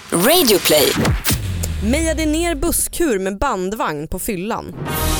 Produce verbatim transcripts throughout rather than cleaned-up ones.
Radioplay. Mejade ner busskur med bandvagn på fyllan.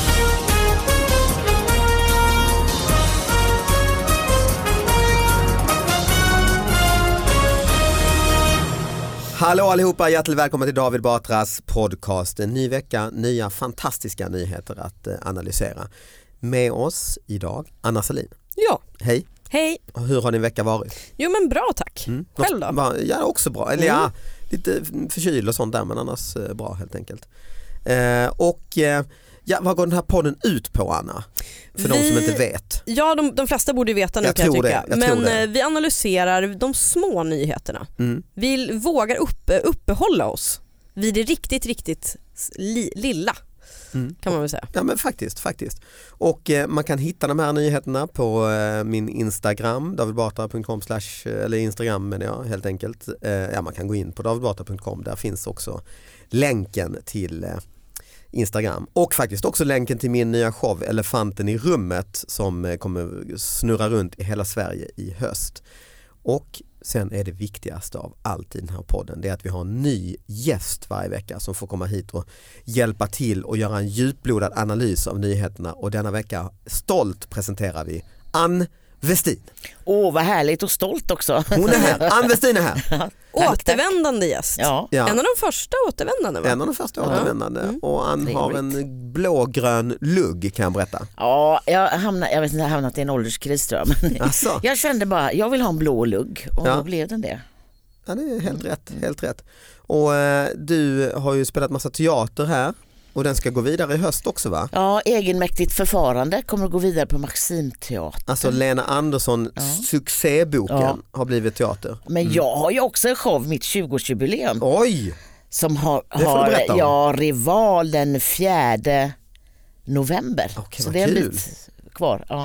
Hallå allihopa, hjärtligt välkomna till David Batras podcast. En ny vecka, nya fantastiska nyheter att eh, analysera. Med oss idag, Anna Salin. Ja. Hej. Hej. Och hur har din vecka varit? Jo men bra tack. Mm. Själv då? Ja, också bra. Eller mm. ja, lite förkyld och sånt där, men annars eh, bra helt enkelt. Eh, och eh, ja, vad går den här podden ut på, Anna? För vi... de som inte vet. Ja, de, de flesta borde ju veta nu, jag kan jag tror tycka. Det. Jag men tror det. vi analyserar de små nyheterna. Mm. Vi vågar upp, uppehålla oss vid det riktigt, riktigt li, lilla. Mm. Kan man väl säga. Ja men faktiskt, faktiskt. Och eh, man kan hitta de här nyheterna på eh, min Instagram, davidbatra punkt com slash, eller Instagram menar jag helt enkelt. Eh, ja, man kan gå in på davidbatra punkt com, där finns också länken till eh, Instagram. Och faktiskt också länken till min nya show Elefanten i rummet som eh, kommer snurra runt i hela Sverige i höst. Och sen är det viktigaste av allt i den här podden, det är att vi har en ny gäst varje vecka som får komma hit och hjälpa till och göra en djuplodad analys av nyheterna. Och denna vecka stolt presenterar vi Ann Westin. Åh, oh, vad härligt och stolt också. Hon är här, Ann Westin är här. Återvändande gäst. Ja. Ja. En av de första återvändande, va? En av de första återvändande. Mm. Och Ann Trevligt. har en blågrön lugg, kan jag berätta. Ja, jag hamnade, jag vet inte, jag hamnat i en ålderskris tror jag. Men Asså. jag kände bara, jag vill ha en blå lugg. Och Ja. då blev den det. Ja, det är helt rätt, helt rätt. Och eh, du har ju spelat massa teater här. Och den ska gå vidare i höst också, va? Ja, egenmäktigt förfarande kommer att gå vidare på Maximteatern. Alltså Lena Andersson, Ja. succéboken, Ja. har blivit teater. Men Mm. jag har ju också en show, mitt tjugoårsjubileum. Oj! Som har, får du har berätta om. ja, Rival den fjärde november. Okej, så vad det är en kul. bit kvar. Ja.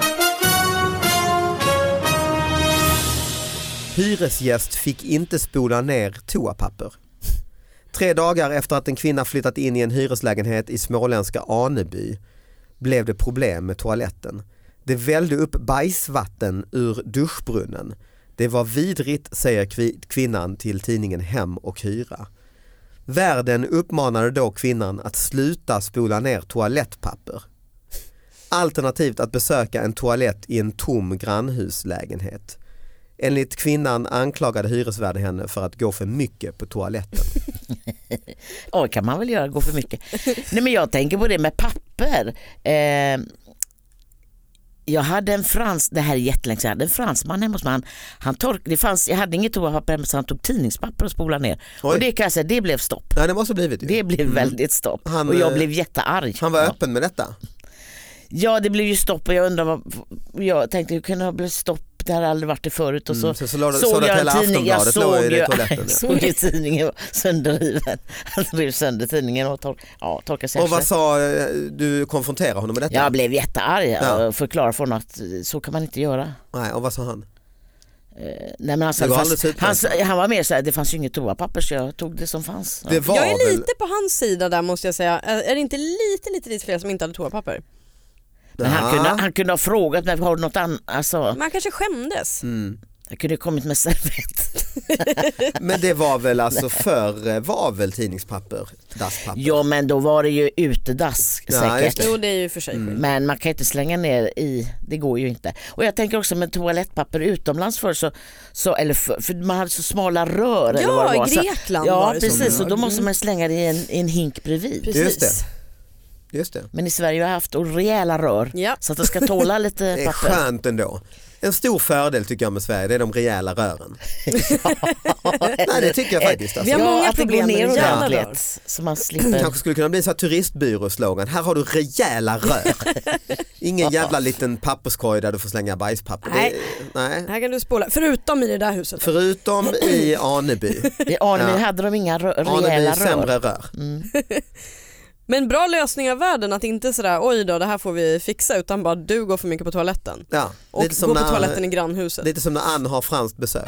Hyresgäst fick inte spola ner toapapper. Tre dagar efter att en kvinna flyttat in i en hyreslägenhet i småländska Aneby blev det problem med toaletten. Det vällde upp bajsvatten ur duschbrunnen. Det var vidrigt, säger kvinnan till tidningen Hem och Hyra. Värden uppmanade då kvinnan att sluta spola ner toalettpapper. Alternativt att besöka en toalett i en tom grannhuslägenhet. Enligt kvinnan anklagade hyresvärden henne för att gå för mycket på toaletten. Ja, kan man väl göra, gå för mycket. Nej, men jag tänker på det med papper. Eh, jag hade en frans, det här är jättelänge sedan, jag hade en fransman hemma hos mig. Han, han tork, det fanns, jag hade inget toapapper så han tog tidningspapper och spolade ner. Oj. Och det kan jag säga, det blev stopp. Nej, det måste ha blivit ju. Det blev Mm. väldigt stopp. Han, och jag eh, blev jättearg. Han var ja. öppen med detta. Ja, det blev ju stopp och jag undrar vad, jag tänkte hur kan det ha blivit stopp? Det har aldrig varit det förut. Och så, Mm, så, så, så såg såg du att jag hela en tidning, jag Aftonbladet låg såg i det ju, toaletten. såg ju tidningen sönderriven. Han rev sönder tidningen och tork, ja, torkade sig. Och vad sa du, konfronterade honom med detta? Jag blev jättearg Ja. och förklarade för honom att så kan man inte göra. Nej, och vad sa han? Eh, nej, men han, Det var han, alldeles han, utmärkt. han var mer så här, det fanns ju inget toapapper så jag tog det som fanns. Ja. Det var Jag är väl... lite på hans sida där, måste jag säga. Är är det inte lite, lite, lite fler som inte hade toapapper? Men han, Ja. kunde, han kunde ha frågat mig, har du något annat? Alltså, Man kanske skämdes. Mm. jag kunde ha kommit med servett. Men det var väl alltså förr var väl tidningspapper, dasspapper? Ja, men då var det ju utedass Ja, säkert. just det. Jo, det är ju för sig. Mm. Men man kan inte slänga ner i, det går ju inte. Och jag tänker också med toalettpapper utomlands för så, så eller för, för man hade så smala rör. eller vad det Ja, var. i Så, Grekland ja, var det precis. så. Och då måste man slänga det i en, i en hink bredvid. Precis. Just det. Just det. Men i Sverige har jag haft rejäla rör. Ja. Så att det ska tåla lite Det är papper. skönt ändå. En stor fördel tycker jag med Sverige, det är de rejäla rören. Nej, det tycker jag faktiskt. Vi Alltså. har många att det går problem med ner jävla ordentligt. rör. Så man slipper. Kanske skulle kunna bli så här turistbyråslogan. Här har du rejäla rör. Ingen jävla liten papperskorg där du får slänga bajspapper. Nej. Det, nej. Här kan du spola. Förutom i det där huset. Förutom i Aneby. I Aneby Ja. hade de inga rö- Aneby rejäla är sämre rör. rör. Mm. Men bra lösning av världen, att inte sådär oj då, det här får vi fixa, utan bara du går för mycket på toaletten. Ja, Och lite som gå på när- toaletten i grannhuset. Lite som när Ann har franskt besök.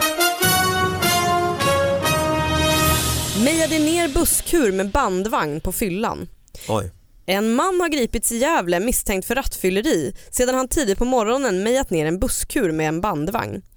Mejade ner busskur med bandvagn på fyllan. Oj. En man har gripits i Gävle misstänkt för rattfylleri sedan han tidigt på morgonen mejat ner en busskur med en bandvagn.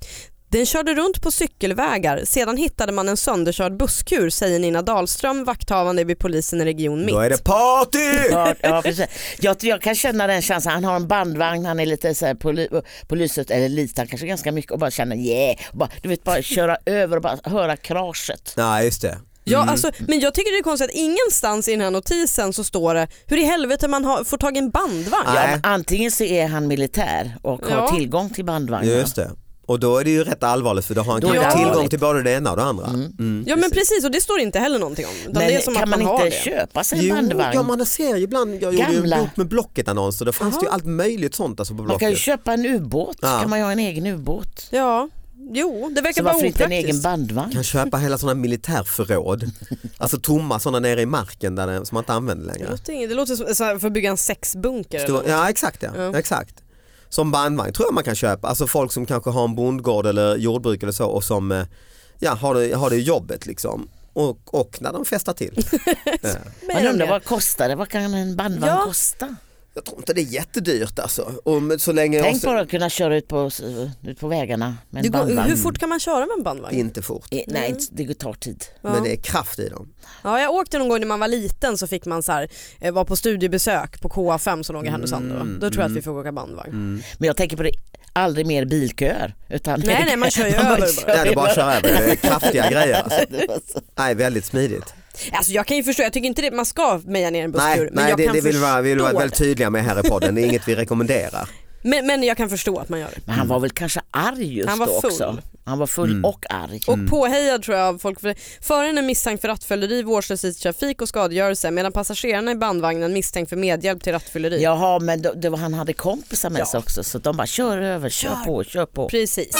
Den körde runt på cykelvägar. Sedan hittade man en sönderkörd busskur, säger Nina Dahlström, vakthavande vid polisen i region Mitt. Då är det party! Ja, ja, precis. Jag, jag kan känna den känslan. Han har en bandvagn, han är lite så här poly, polyset, eller lite, han kanske ganska mycket, och bara känner yeah, och bara, du vet, bara köra över och bara höra kraschet. Ja, just det. Ja, Mm. alltså, men jag tycker det är konstigt att ingenstans i den här notisen så står det hur i helvete man har, får tag i en bandvagn. Nej. Ja, men antingen så är han militär och Ja. har tillgång till bandvagnar. Just det. Och då är det ju rätt allvarligt, för då har han Då är kanske det tillgång allvarligt. till både det ena och det andra. Mm. Mm, Ja men precis, och det står inte heller någonting om. Utan Men det är som kan att man, man har inte det. köpa sig en Jo, bandvagn? ja, man ser ju ibland, jag gjorde ju en Gamla. bok med Blocket-annonser, då fanns Aha. det ju allt möjligt sånt alltså på Man kan ju Blocket. köpa en ubåt, Ja. kan man ju ha en egen ubåt. Ja, jo det verkar Så vara varför inte en egen opraktiskt. bandvagn? Kan köpa hela sådana militärförråd, alltså tomma sådana nere i marken där det, som man inte använder Det längre. låter, det låter som så här, för att bygga en sexbunker. Stor, eller något. ja exakt, ja. Ja. exakt. Som bandvagn tror jag man kan köpa, alltså folk som kanske har en bondgård eller jordbruk eller så, och som eh, ja, har, det, har det i jobbet liksom. Och, och när de festar till. Ja. Man undrar vad kostar det? Vad kan en bandvagn Ja. kosta? Jag tror inte det är jättedyrt alltså. Och med- så länge Tänk också, bara att kunna köra ut på, ut på vägarna med Det en går, bandvagn. hur fort kan man köra med en bandvagn? inte fort. Eh, Nej, det tar tid. Ja. Men det är kraft i dem. Ja, jag åkte någon gång när man var liten, så fick man så här, eh, var på studiebesök på K A fem som låg i Härnösand då. Då tror jag att vi får åka bandvagn. Mm. Men jag tänker på det, aldrig mer bilköer. Utan Nej, nej, man kör ju över bara. Ja, det är bara att köra över. Det är kraftiga grejer alltså. Det var så. Nej, väldigt smidigt. Alltså jag kan ju förstå, jag tycker inte det, man ska meja ner en busskur. Nej, men nej jag det, kan det vill vi vara, vill vi vara förstå väldigt tydliga med här i podden. Det är inget vi rekommenderar. Men, men jag kan förstå att man gör det. Men han var väl kanske arg just Han var då full. också. Han var full Mm. och arg. Och påhejad tror jag av folk. För föraren är misstänkt för rattfylleri, vårdslöshet i trafik och skadegörelse, medan passagerarna i bandvagnen misstänkt för medhjälp till rattfylleri. Jaha, men då, det var, han hade kompisar med Ja. sig också, så de bara kör över, kör, Kör. på, kör på. Precis.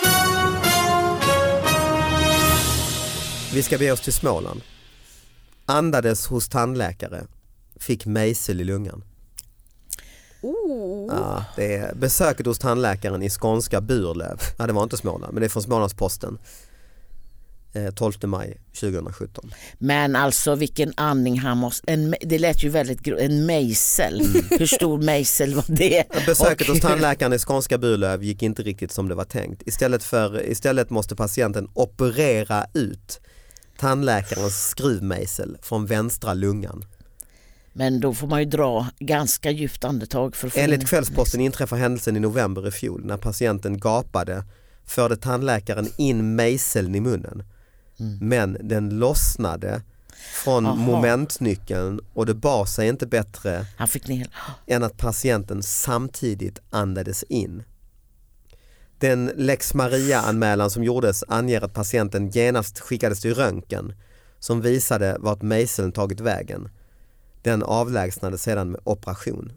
Vi ska be oss till Småland. Andades hos tandläkare. Fick mejsel i lungan. Oh. Ja, det är besöket hos tandläkaren i skånska Burlöv. Ja, det var inte Småland, men det är från Smålandsposten. Eh, tolfte maj tjugohundrasjutton. Men alltså vilken andning han måste, en, det lät ju väldigt gro, en mejsel. Hur stor mejsel var det? Besöket Och- hos tandläkaren i skånska Burlöv gick inte riktigt som det var tänkt. Istället, för, istället måste patienten operera ut tandläkarens skruvmejsel från vänstra lungan. Men då får man ju dra ganska djupt andetag för att få Enligt in- Kvällsposten inträffar händelsen i november i fjol. När patienten gapade förde tandläkaren in mejseln i munnen. Mm. Men den lossnade från Aha. momentnyckeln och det bar sig inte bättre Han fick ner. än att patienten samtidigt andades in. Den Lex Maria-anmälan som gjordes anger att patienten genast skickades till röntgen som visade vart mejseln tagit vägen. Den avlägsnade sedan med operation.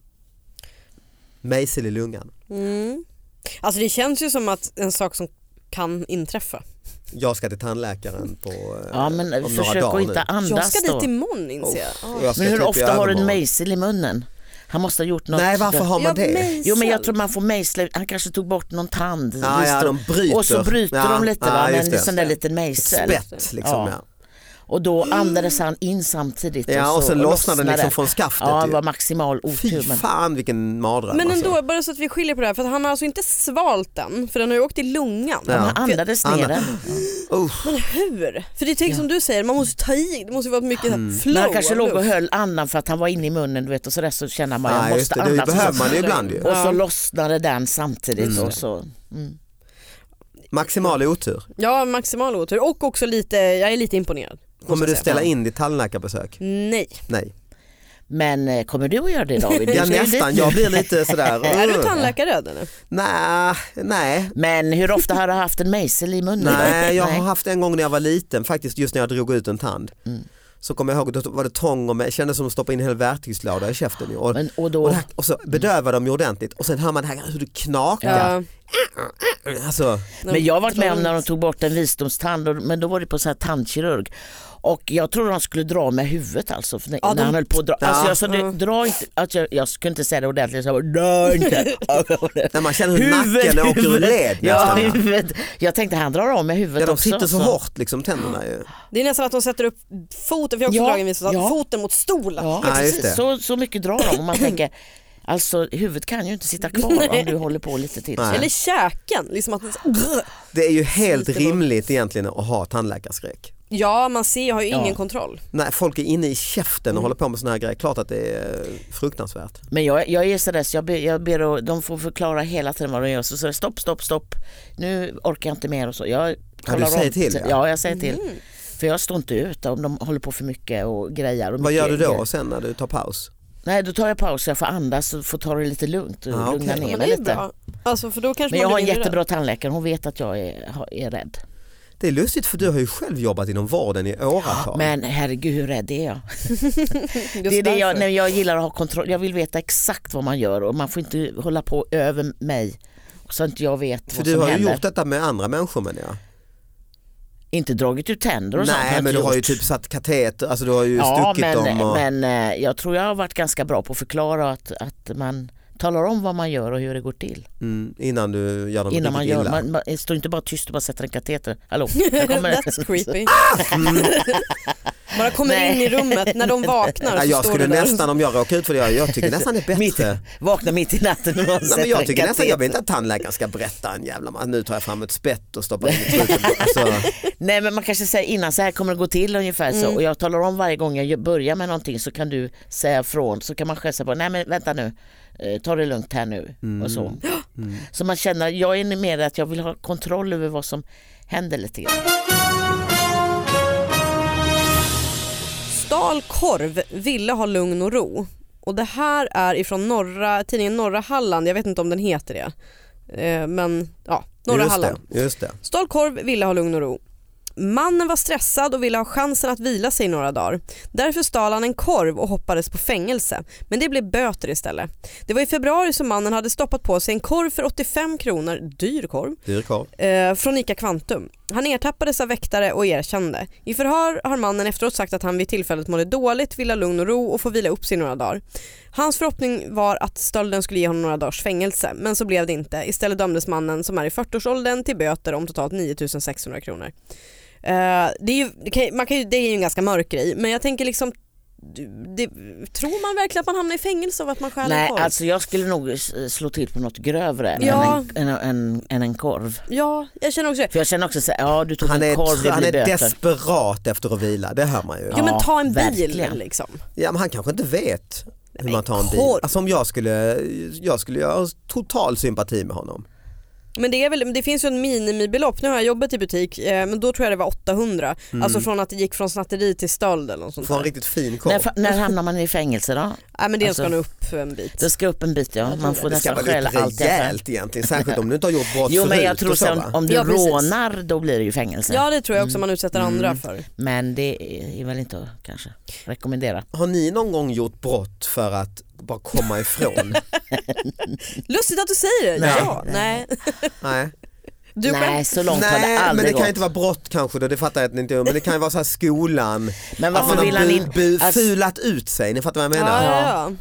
Mejsel i lungan. Mm. Alltså det känns ju som att en sak som kan inträffa. Jag ska till tandläkaren på eh, Ja, men om några försök dagar att inte nu. andas Jag ska då. dit imorgon inser jag. Och jag ska Men hur typ i ofta har du en övermorgon. mejsel i munnen? Han måste ha gjort något. Nej, varför har man Ja, det? mejsel. Jo, men jag tror man får mejsla. Han kanske tog bort någon tand. Ja, ja, de bryter. Och så bryter Ja, de lite, ja, va? just Men det. en sån där liten Ett mejsel. spett liksom. Ja. Ja. Och då andades han in samtidigt. Ja, och så, sen lossnade den liksom det. från skaftet. Ja, det ju. var maximal Fy otur. Men... fan vilken mardröm. Men alltså. ändå, bara så att vi skiljer på det här, för att han har alltså inte svalt den, för den har ju åkt i lungan. Ja. Ja, han andades ner Anna- den. Usch. Men hur? För det är tänk Ja. som du säger, man måste ta i, det måste ju vara mycket Mm. flow Men han kanske av låg och luft. höll andan för att han var inne i munnen, du vet, och så där så känner man jag Ja, just måste det, det andas. behöver och så, man ju ibland ju. och så Ja. lossnade den samtidigt. Mm. Och så, mm. Maximal otur. Ja, maximal otur. Och också lite, jag är lite imponerad. måste Kommer jag du säga. ställa in ditt tandläkarbesök? Nej. Nej. Men eh, kommer du att göra det, David? Du Ja, ska ju nästan. dit nu. Jag blir lite sådär. Är du uh. tandläkarrädd eller? Nej, nej. Men hur ofta har du haft en mejsel i munnen? Nej, jag Nej. har haft en gång när jag var liten, faktiskt just när jag drog ut en tand. Mm. Så kommer jag ihåg att då var det tång och med, kändes som att stoppa in en hel verktygslåda i käften. Och, Men, och då, och, det här, och så bedövar de ju ordentligt och sen hör man det här hur det knakar. Ja. Alltså, men jag har varit med om när de tog bort en visdomstand, och, men då var det på så här tandkirurg. Och jag tror de skulle dra med huvudet alltså, för när, Ja, när de- han höll på att dra. Ja. Alltså jag sa, det, Mm. dra inte, alltså jag, jag skulle inte säga det ordentligt, så jag bara, dra inte. när man känner hur nacken åker ur led Ja, nästan. huvudet. Jag tänkte han drar av med huvudet Ja, de också. sitter så så. hårt liksom tänderna ju. Det är nästan att de sätter upp foten, för jag har också Ja, dragit en viss, ja. foten mot stolen. Ja, Ja, just precis. det. Så, så mycket drar de och man tänker, Alltså huvudet kan ju inte sitta kvar om du håller på lite till. Nej. Eller käken. Liksom att, Det är ju helt Sliter rimligt egentligen att ha tandläkarskräck. ja, man ser, jag har ju Ja. ingen kontroll. Nej, folk är inne i käften och Mm. håller på med såna här grejer. Klart att det är fruktansvärt. Men jag, jag är sådär så jag ber, jag ber och de får förklara hela tiden vad de gör. Så, så stopp, stopp, stopp. Nu orkar jag inte mer och så. Jag kollar du säger om- till, ja. Ja, jag säger till. Mm. För jag står inte ut om de håller på för mycket och grejer. Och Vad gör du mycket då grejer. sen när du tar paus? Nej, då tar jag paus så jag får andas och får ta det lite lugnt och Ah, lugna okej. Ja, ner men mig det är lite. bra. Alltså, för då kanske Men jag man har blir en mindre jättebra tandläkare, hon vet att jag är, har- är rädd. Det är lustigt för du har ju själv jobbat inom vården i åratal. Men herregud, hur rädd är jag? rädd. Just Det är det jag, därför. när jag gillar att ha kontroll. Jag vill veta exakt vad man gör och man får inte hålla på över mig så att inte jag vet För vad du som har ju händer. gjort detta med andra människor, men ja. Inte dragit ut tänder och sånt. har Nej, jag men inte du har ju gjort. typ satt kateter, alltså du har ju Ja, stuckit men, dem. Och... men eh, jag tror jag har varit ganska bra på att förklara att, att man talar om vad man gör och hur det går till. Mm, innan du gör dem Innan man riktigt gör, illa. man, man står inte bara tyst och bara sätter en kateter. Hallå, här kommer That's creepy. Mm. Bara kommer Nej. in i rummet när de vaknar. Ja, så jag står skulle du där. nästan, om jag råkar ut för det, jag tycker nästan det är mitt, bättre. vakna mitt i natten och någon Nej, sätter men jag en tycker nästan, kateter. jag vill inte att tandläkaren ska berätta en jävla massa. Nu tar jag fram ett spett och stoppar in i truten. Alltså, Nej, men man kanske säger innan så här kommer det gå till ungefär så. Mm. Och jag talar om varje gång jag börjar med någonting så kan du säga från. Så kan man själv säga på, nej men vänta nu, eh, ta det lugnt här nu och så. mm. Så man känner, jag är mer att jag vill ha kontroll över vad som händer lite grann. Stal korv, ville ha lugn och ro. Och det här är ifrån norra, tidningen Norra Halland. Jag vet inte om den heter det. Eh, men ja, Norra just Halland. det, just det. Stal korv, ville ha lugn och ro. Mannen var stressad och ville ha chansen att vila sig i några dagar. Därför stal han en korv och hoppades på fängelse. Men det blev böter istället. Det var i februari som mannen hade stoppat på sig en korv för åttiofem kronor, dyr korv, Dyr korv. eh, från Ica Kvantum. Han ertappades av väktare och erkände. I förhör har mannen efteråt sagt att han vid tillfället mådde dåligt, ville ha lugn och ro och få vila upp sig några dagar. Hans förhoppning var att stölden skulle ge honom några dagars fängelse, men så blev det inte. Istället dömdes mannen, som är i fyrtioårsåldern, till böter om totalt nio tusen sexhundra kronor. Uh, det, är ju, det, kan, man kan ju, det är ju en ganska mörk grej, men jag tänker liksom, det, tror man verkligen att man hamnar i fängelse av att man stjäl en Nej, korv? alltså jag skulle nog s- slå till på något grövre Ja. än, en, än, än, än en korv. Ja, jag känner också det. För jag känner också så här, ja du tog Han en är, korv, det han blir är böter. desperat efter att vila, det hör man ju. Ja, men ta en bil verkligen. liksom. Ja, men han kanske inte vet hur Nej, man tar en bil. korv. Alltså om jag skulle, jag skulle göra total sympati med honom. Men det, är väl, det finns ju en minimibelopp. Nu har jag jobbat i butik, eh, men då tror jag det var åttahundra. Mm. Alltså från att det gick från snatteri till stöld eller något sånt Få en där. riktigt fin korv. När, fa- när hamnar man i fängelse då? Nej, men det alltså- ska nog upp en bit. Det ska upp en bit, ja. Man får det ska nästan vara stjäla lite allt i affären. rejält egentligen, särskilt om du inte har gjort brott Jo, men förut jag tror och så, sen, va? om du Ja, precis. rånar då blir det ju fängelse. Ja, det tror jag också man utsätter andra Mm. för. Men det är väl inte att kanske rekommendera. Har ni någon gång gjort brott för att bara komma ifrån? Lustigt att du säger det. Nej. Ja, nej. Nej. Du Nej, själv? så långt har det Nej, men aldrig det kan gått. inte vara brott kanske då, det fattar jag inte, men det kan ju vara så här skolan. Men Att varför man vill har han bu, in... bu, Alltså- fulat ut sig, ni fattar vad jag Ja, menar? ja, ja.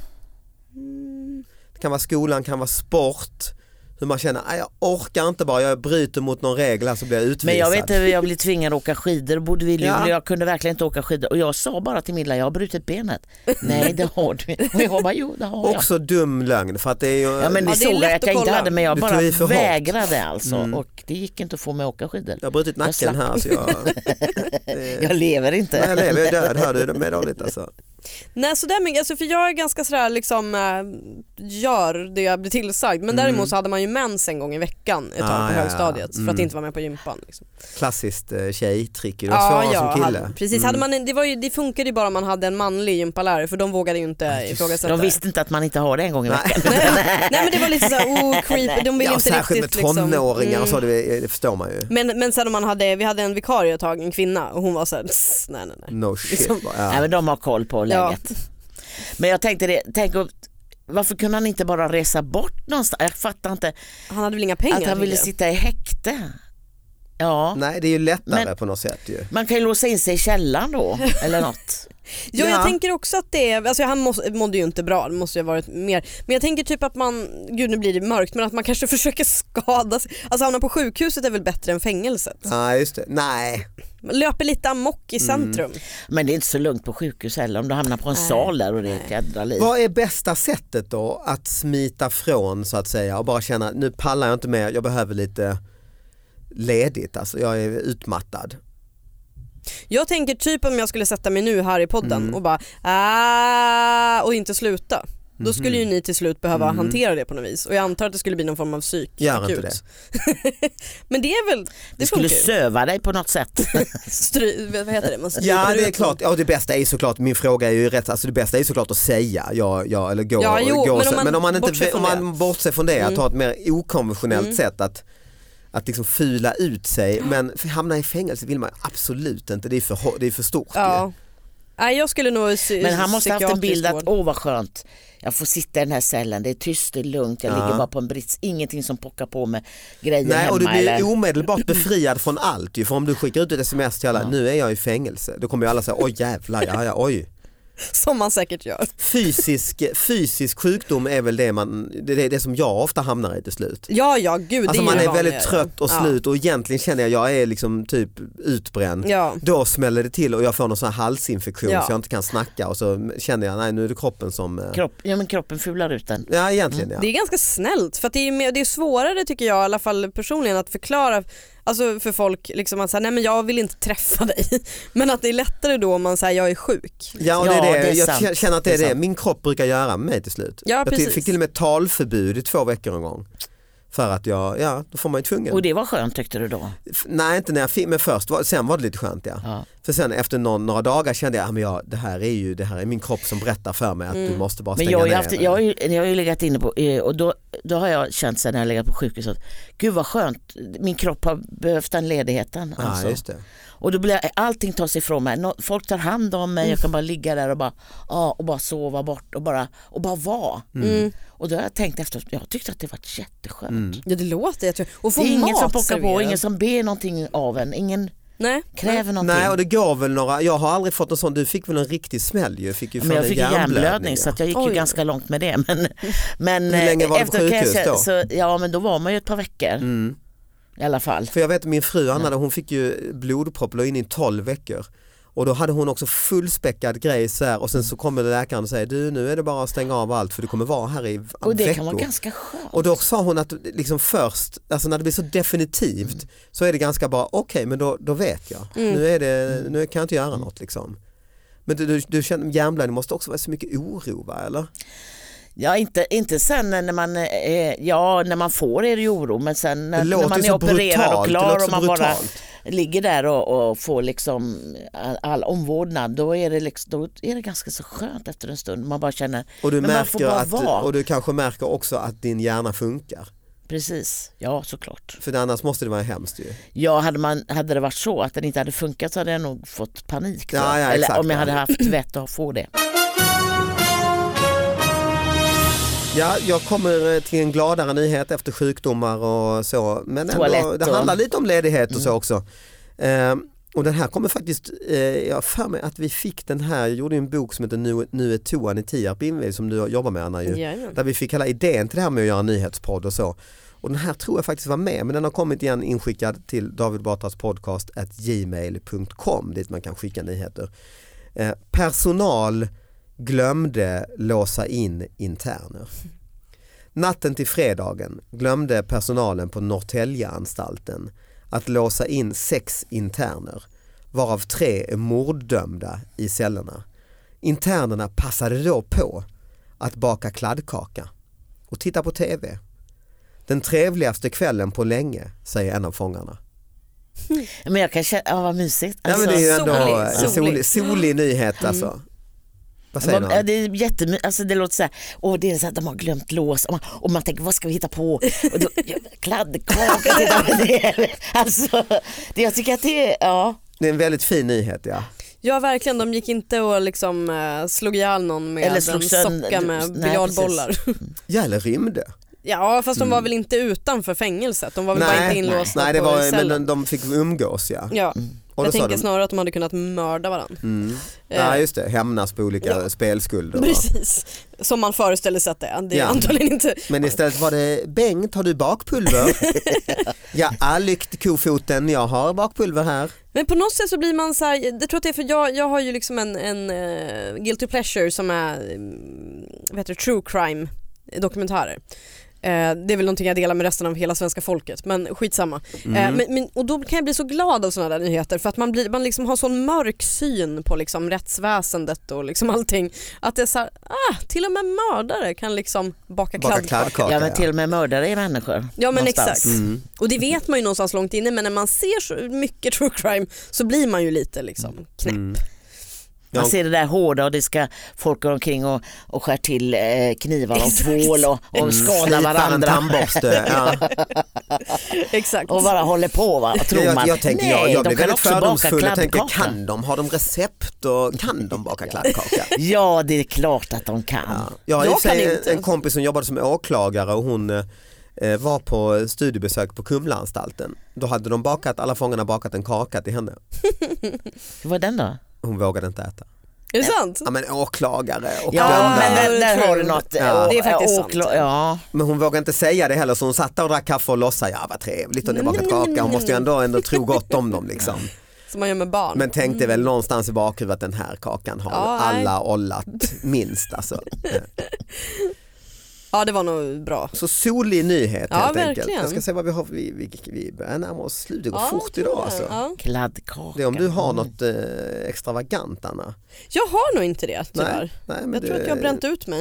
Det kan vara skolan, kan vara sport. Hur man känner, "Aj, jag orkar inte bara, jag bryter mot någon regel så blir jag utvisad." Men jag vet inte, jag blev tvingad att åka skidor, bodde vi i Luleå, Ja. jag kunde verkligen inte åka skidor. Och jag sa bara till Milla, jag har brutit benet. Nej, det har du. Och jag bara, jo det har jag. Också dum lögn för att det är ju... Ja, men det Ja, det är såg jag lätt att jag att inte kolla. hade, men jag Du bara tog i för hårt. vägrade alltså. Mm. Och det gick inte att få mig att åka skidor. Jag har brutit nacken slapp. här så jag... det, Jag lever inte. nej, jag lever, jag är död, hör du det med dåligt alltså. Nej, så där mycket, alltså, för jag är ganska sådär liksom äh, gör det jag blir tillsagd. Men Mm. däremot så hade man ju mens en gång i veckan ett tag Ah, på ja, ja. högstadiet för att Mm. inte vara med på gympan. Liksom. Klassiskt eh, tjejtrick, det var svårare som kille. hade, precis. Mm. Hade man, en- det, var ju, det funkade ju bara om man hade en manlig gympalärare för de vågade ju inte just ifrågasätta. De visste inte att man inte har det en gång i Nej. veckan. Nej, men det var lite såhär, oh creepy, de ville Ja, inte särskilt riktigt med tonåringar liksom, och så, det, det förstår man ju. Men, men sen om man hade, vi hade en vikarie ett tag, en kvinna, och hon var såhär, "Tss, nej nej nej. No shit. Liksom- Ja. Nej, men de har koll på läget. Men jag tänkte det, tänk, varför kunde han inte bara resa bort någonstans? Jag fattar inte Han hade väl inga pengar? att han ville tycker jag. sitta i häkte. Ja. Nej, det är ju lättare Men- på något sätt ju. Man kan ju låsa in sig i källaren då, eller något. Ja, Ja. jag tänker också att det är, alltså han måste, mådde ju inte bra, det måste ju ha varit mer. Men jag tänker typ att man, gud nu blir det mörkt, men att man kanske försöker skada sig. Alltså hamna på sjukhuset är väl bättre än fängelset. Ja, just det. Nej. Man löper lite amok i centrum. Men det är inte så lugnt på sjukhus heller om du hamnar på en Nej. sal där och det är ett jädra liv. Vad är bästa sättet då att smita från så att säga och bara känna nu pallar jag inte mer, jag behöver lite ledigt, alltså jag är utmattad. Jag tänker typ om jag skulle sätta mig nu här i podden Mm. och bara ah, och inte sluta. Då skulle Mhm. ju ni till slut behöva Mm. hantera det på något vis. Och jag antar att det skulle bli någon form av psyk. Gör inte akut. Men det är väl, det Du skulle funkar ju. söva dig på något sätt. Stry, vad heter det? Man stryper Ja, det är ut klart. Ja, det bästa är ju såklart, min fråga är ju rätt, alltså det bästa är ju såklart att säga ja, ja eller gå. Ja, jo, gå men om så- man men om man inte bortser om från man bortser från det, att Mm. ha ett mer okonventionellt Mm. sätt att att liksom fula ut sig, men för hamna i fängelse vill man absolut inte, det är för, hå- det är för stort ju. Ja. Nej, jag skulle nog sy- Men han måste ha haft en bild att psykiatrisk vård. åh vad skönt, jag får sitta i den här cellen, det är tyst, det är lugnt, jag Ja. ligger bara på en brits, ingenting som pockar på med grejer Nej, hemma. och du blir eller... omedelbart befriad från allt ju, för om du skickar ut ett sms till alla, Ja. nu är jag i fängelse, då kommer ju alla säga, oj jävlar, ja, ja, oj. Som man säkert gör. Fysisk, fysisk sjukdom är väl det, man, det, är det som jag ofta hamnar i till slut. Ja, ja, gud. Alltså det är man ju är vanligare. väldigt trött och slut och egentligen känner jag jag är liksom typ utbränd. Ja. Då smäller det till och jag får någon sån här halsinfektion Ja. så jag inte kan snacka och så känner jag nej nu är det kroppen som... eh, Kropp, ja, men kroppen fular ut den. Ja egentligen ja. Det är ganska snällt för att det är, mer, det är svårare tycker jag i alla fall personligen att förklara alltså för folk liksom att säga nej men jag vill inte träffa dig men att det är lättare då om man säger jag är sjuk. Ja och det är Ja, det. det är jag sant. känner att det är Det är det, sant. min kropp brukar göra med mig till slut. Ja, jag till- precis. fick till och med talförbud i två veckor en gång. För att jag, ja då får man ju tvungen. Och det var skönt tyckte du då? F- Nej inte när jag fick, men först, var, sen var det lite skönt ja. Ja. För sen efter någon, några dagar kände jag, ah, men jag det här är ju det här är min kropp som berättar för mig att Mm. du måste bara Men stänga jag har ju, ner haft, det. jag, har ju, jag har ju legat inne på eh, och då, då har jag känt sen när jag legat på sjukhus att gud vad skönt, min kropp har behövt den ledigheten. Ja, Alltså. just det. Och då blir jag, allting tas ifrån mig. Nå- Folk tar hand om mig, jag kan bara ligga där och bara, ja, och bara sova bort och bara, och bara vara. Mm. Och då har jag tänkt efter, jag tyckte att det var jätteskönt. Mm. Ja det låter jätteskönt. Och Det få är ingen mat som pockar på, serverad. ingen som ber någonting av en, ingen Nej. kräver någonting. Nej och det går väl några, jag har aldrig fått en sån, du fick väl en riktig smäll ju, fick ju Men jag fan fick en ju hjärnblödning hjärnblödning, så att jag gick Oj. ju ganska långt med det. Men, men Hur länge var du på efter kan jag sjukhus säga- då? Så, ja men då var man ju ett par veckor Mm. i alla fall. För jag vet min fru Anna, hon fick ju blodpropp, låg in i tolv veckor. Och då hade hon också fullspäckad grej så här, och sen så kommer läkaren och säger du nu är det bara att stänga av allt för du kommer vara här i Och det veckor. kan vara ganska skönt. Och då sa hon att liksom först, alltså när det blir så definitivt Mm. så är det ganska bra, okej men då, då vet jag. Mm. Nu, är det, nu kan jag inte göra något liksom. Men du, du, du känner, hjärnblödning måste också vara så mycket oro va, eller? Ja, inte, inte sen när man, eh, ja, när man får är det ju oro, men sen när, Det när låter man ju är så opererad brutalt, och det klar låter och så man bara brutalt. ligger där och, och får liksom all, all omvårdnad, då är, det liksom, då är det ganska så skönt efter en stund. Man bara känner, Och du, men man får märker bara att, vara. och du kanske märker också att din hjärna funkar. Precis, ja såklart. För annars måste det vara hemskt ju. Ja, hade, man, hade det varit så att den inte hade funkat så hade jag nog fått panik. tror Ja, jag. ja, Eller exakt, om jag ja. hade haft vett att få det. Ja, jag kommer till en gladare nyhet efter sjukdomar och så. Men ändå, Toalett det och- handlar lite om ledighet och så också. Eh, och den här kommer faktiskt, eh, jag har för mig att vi fick den här, jag gjorde en bok som heter Nu, nu är toan i Tierp invid, som du jobbar med Anna ju. Jajamän. Där vi fick hela idén till det här med att göra en nyhetspodd och så. Och den här tror jag faktiskt var med, men den har kommit igen inskickad till David Batras podcast at gmail punkt com dit man kan skicka nyheter. Eh, personal glömde låsa in interner. Natten till fredagen glömde personalen på Norrtäljeanstalten att låsa in sex interner, varav tre är morddömda i cellerna. Internerna passade då på att baka kladdkaka och titta på tv. Den trevligaste kvällen på länge, säger en av fångarna. Men jag kan känna, ja vad mysigt. Ja, men det är ju ändå solig, en solig. solig, solig nyhet alltså. Vad säger Ja, du? det är jättemycket, alltså det låter så här, och det är så att de har glömt lås och man, och man tänker vad ska vi hitta på och då, ja, kladdkaka titta på det. Alltså, det, jag tycker att det är, ja. Det är en väldigt fin nyhet ja. Ja verkligen, de gick inte och liksom eh, slog ihjäl någon med Eller en slog sönder- socka med Nej, biljardbollar. Ja, eller rymde. Ja, fast de var väl inte utanför fängelset. De var väl nej, bara inte inlåsta nej, det på var, cellen. men de fick umgås, ja. Ja. Och Jag tänker de, snarare att de hade kunnat mörda varandra. Mm. Eh. Ja, just det. Hämnas på olika Ja. spelskulder. Precis, som man föreställer sig att det är. Det är Ja. antagligen inte. Men istället var det Bengt, har du bakpulver? Ja, lykt kofoten, jag har bakpulver här. Men på något sätt så blir man så här, jag tror att det är för jag, jag har ju liksom en, en uh, guilty pleasure som är um, vad heter det, true crime dokumentärer. Uh, det är väl någonting jag delar med resten av hela svenska folket, men skitsamma. Mm. Uh, men, men, och då kan jag bli så glad av sådana där nyheter för att man, blir, man liksom har sån mörk syn på liksom rättsväsendet och liksom allting. Att det är så här, ah, till och med mördare kan liksom baka, Baka kladdkaka. kladdkaka. Ja, men till och med mördare är människor. Ja, men någonstans. exakt. Mm. Och det vet man ju någonstans långt inne, men när man ser så mycket true crime så blir man ju lite liksom knäpp. Mm. Man Ja. ser det där hårda och det ska folk gå omkring och, och skär till eh, knivar och Exakt. tvål och, och skada Slipar en varandra. tandborste. Ja. Exakt. Och bara håller på, va? Tror Jag, man. jag, tänker, Nej, jag, jag de blir kan väldigt också baka fördomsfull och tänker, kladdkaka. kan de, har de recept och kan de baka kladdkaka? Ja, det är klart att de kan. Ja. Jag har i Jag och för sig kan en, inte. en kompis som jobbade som åklagare och hon eh, var på studiebesök på Kumlaanstalten. Då hade de bakat, alla fångarna bakat en kaka till henne. Hur var den då? Hon vågade inte äta. Är det sant? Ja, men åklagare och Ja, dömda. men där, det där tror har jag. du något. Ja. Det är faktiskt åkla- sant. Ja. Men hon vågade inte säga det heller, så hon satt där och drack kaffe och låtsade, ja vad trevligt och det bakat kaka. Hon måste ju ändå, ändå tro gott om dem liksom. Som man gör med barn. Men tänkte väl någonstans i bakhuvudet att den här kakan har Ja, alla ollat minst alltså. Ja, det var nog bra. Så solig nyhet Ja, helt verkligen. enkelt. Jag ska se vad vi har, vi, vi, vi börjar närma oss slut, det går Ja, fort jag tror idag det. alltså. Ja. Kladdkaka. Det är om du har något eh, extravagant, Anna. Jag har nog inte det tyvärr. Nej, nej, men Jag tror du- att jag har bränt ut mig.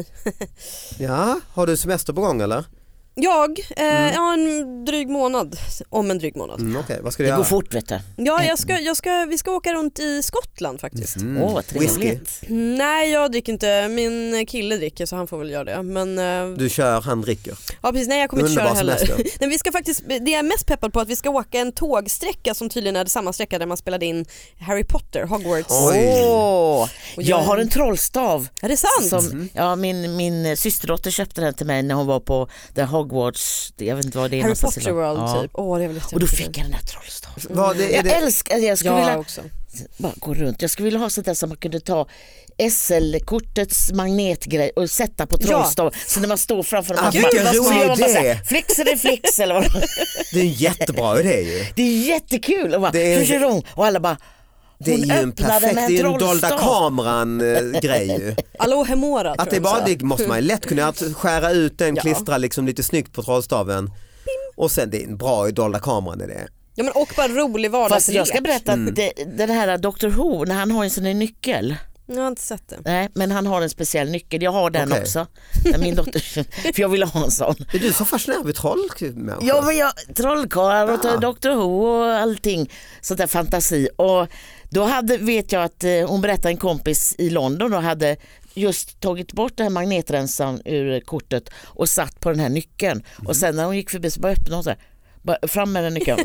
Ja, har du semester på gång eller? Jag, eh, Mm. jag har en dryg månad, om en dryg månad. Mm, Okej, vad ska du Det göra? går fort, vet du. Ja, jag ska, jag ska, vi ska åka runt i Skottland faktiskt. Mm. Åh, trevligt. Whisky. Nej, jag dricker inte. Min kille dricker så han får väl göra det. Men, eh, Du kör, han dricker. ja, precis, nej, jag kommer inte köra Underbar heller. semester. Nej, vi ska faktiskt, det är jag mest peppad på att vi ska åka en tågsträcka som tydligen är samma sträcka där man spelade in Harry Potter, Hogwarts. Oj. Åh, Och jag jag- har en trollstav. Är det sant? Som, ja, min, min systerdotter köpte den till mig när hon var på The Hogwarts, jag vet inte vad det är Harry någonstans i Potter London. World Ja. typ. Åh, det är väl Och då fick jag den här trollstaven. Vad, det, är Jag det, älskar, jag skulle Jag vilja också. bara gå runt. Jag skulle vilja ha sånt där som man kunde ta S L-kortets magnetgrej och sätta på Ja. trollstav. Så när man står framför dem. Ah, man vilken bara- rolig så gör man bara idé. så här, Flix eller flix eller vad. det är en jättebra idé ju. Det är jättekul. Och, bara, Det är- tjurung, och alla bara... Det är hon ju en öppnade perfekt, med en det är ju en trollstav. dolda kameran-grej ju. Alohemora Att det, bara, det måste man ju lätt kunna att skära ut den, Ja. klistra liksom lite snyggt på trollstaven. Och sen det är en bra i dolda kameran är det. Ja, men och bara rolig Fast vardagslek. jag ska berätta Mm. att det, den här doktor Who, när han har en sån här nyckel. Jag har inte sett det. Nej, men han har en speciell nyckel. Jag har den Okej. också. När min dotter, för jag ville ha en sån. Är du så fascinerad vid trollmänniskor? Ja, men jag, trollkarlar och Ah. doktor Who och allting. Sånt där fantasi. Och då hade, vet jag att eh, hon berättade en kompis i London och hade just tagit bort den här magnetrensaren ur kortet och satt på den här nyckeln. Mm. Och sen när hon gick förbi så bara öppnade hon så här. Bara fram med den nyckeln.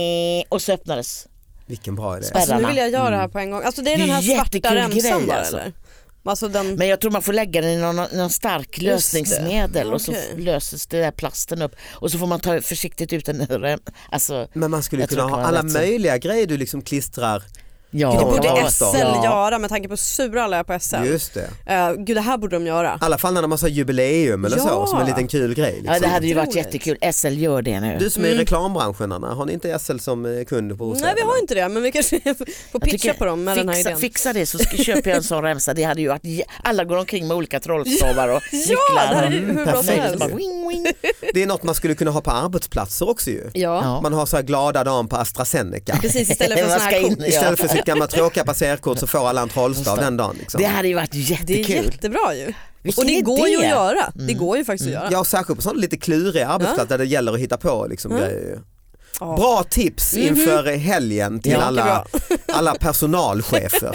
Och så öppnades. Vilken bra idé. Spär- Alltså, nu Spärrarna. vill jag göra det här på en gång. Alltså det är Det är den här jättekul svarta remsan grej, bara, alltså. eller? Alltså den... Men jag tror man får lägga den i någon, någon stark det. lösningsmedel och så Okej. löses det där plasten upp och så får man ta försiktigt ut den ur. Alltså, Men man skulle Jag kunna tror ha det kan vara alla rätt så. möjliga grejer du liksom klistrar. ja, Det borde Ja, S L ja. göra med tanke på sura alla är på S L. Just det. Uh, gud, det här borde de göra. I alla fall när de har så här jubileum eller Ja. så, som en liten kul grej. Liksom. ja, det hade ju varit Otroligt. jättekul. S L gör det nu. Du som är i reklambranschen, Anna, har ni inte S L som eh, kund på Nej, vi har inte det, men vi kanske får Jag pitcha tycker- på dem med den här fixa, idén. fixa det så ska, köper jag en sån remsa. Det hade ju varit, jä- alla går omkring med olika trollstavar och Ja, nycklar. det här är och- ju hur bra som perfekt. helst. Bara wing, wing. Det är något man skulle kunna ha på arbetsplatser också ju. Ja, Ja. Man har så här glada dagen på AstraZeneca. precis, istället för Man sån ska här in- kort. Istället för sitt gamla tråkiga passerkort så får alla en trollstav den dagen. Liksom. Det hade ju varit Det är jättekul. jättebra ju. Vilken Och det går ju idé. att göra. Det går ju faktiskt att göra. Ja, och särskilt på sådana lite kluriga arbetsplatser där det gäller att hitta på liksom, grejer. Ja. Bra tips inför helgen till Ja, alla, alla personalchefer.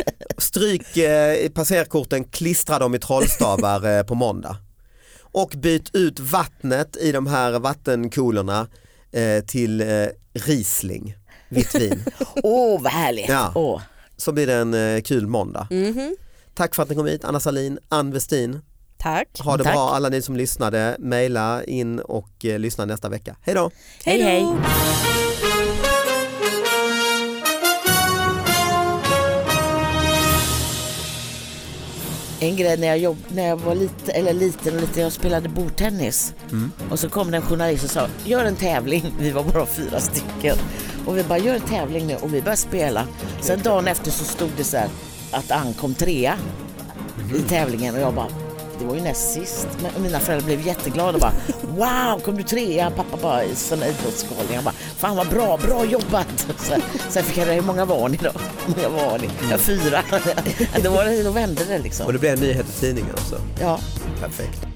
Stryk eh, passerkorten, klistra dem i trollstavar eh, på måndag. Och byt ut vattnet i de här vattenkolerna eh, till eh, Riesling, vitt vin. Åh, vad härligt. Ja. Åh. Så blir det en eh, kul måndag. Mhm. Tack för att ni kom hit, Anna Salin, Ann Westin. Tack. Ha det Tack. bra alla ni som lyssnade. Maila in och eh, lyssna nästa vecka. Hej då! Hej hej! En grej när jag, jobb, när jag var lite, eller liten och lite, jag spelade bordtennis. Mm. Och så kom det en journalist och sa, gör en tävling. Vi var bara fyra stycken. Och vi bara, gör en tävling nu. Och vi började spela. Sen dagen efter så stod det så här att Ann kom trea mm. i tävlingen. Och jag bara, det var ju näst sist. Men mina föräldrar blev jätteglada och bara, wow, kom du trea? Pappa bara i sån idrottsgalning. Jag bara, fan vad bra, bra jobbat. Så, sen fick jag det, hur många var ni då? Hur många var ni? Ja, fyra. Då, var det, då vände det liksom. Och det blev en nyhet i tidningen också. Ja. Perfekt.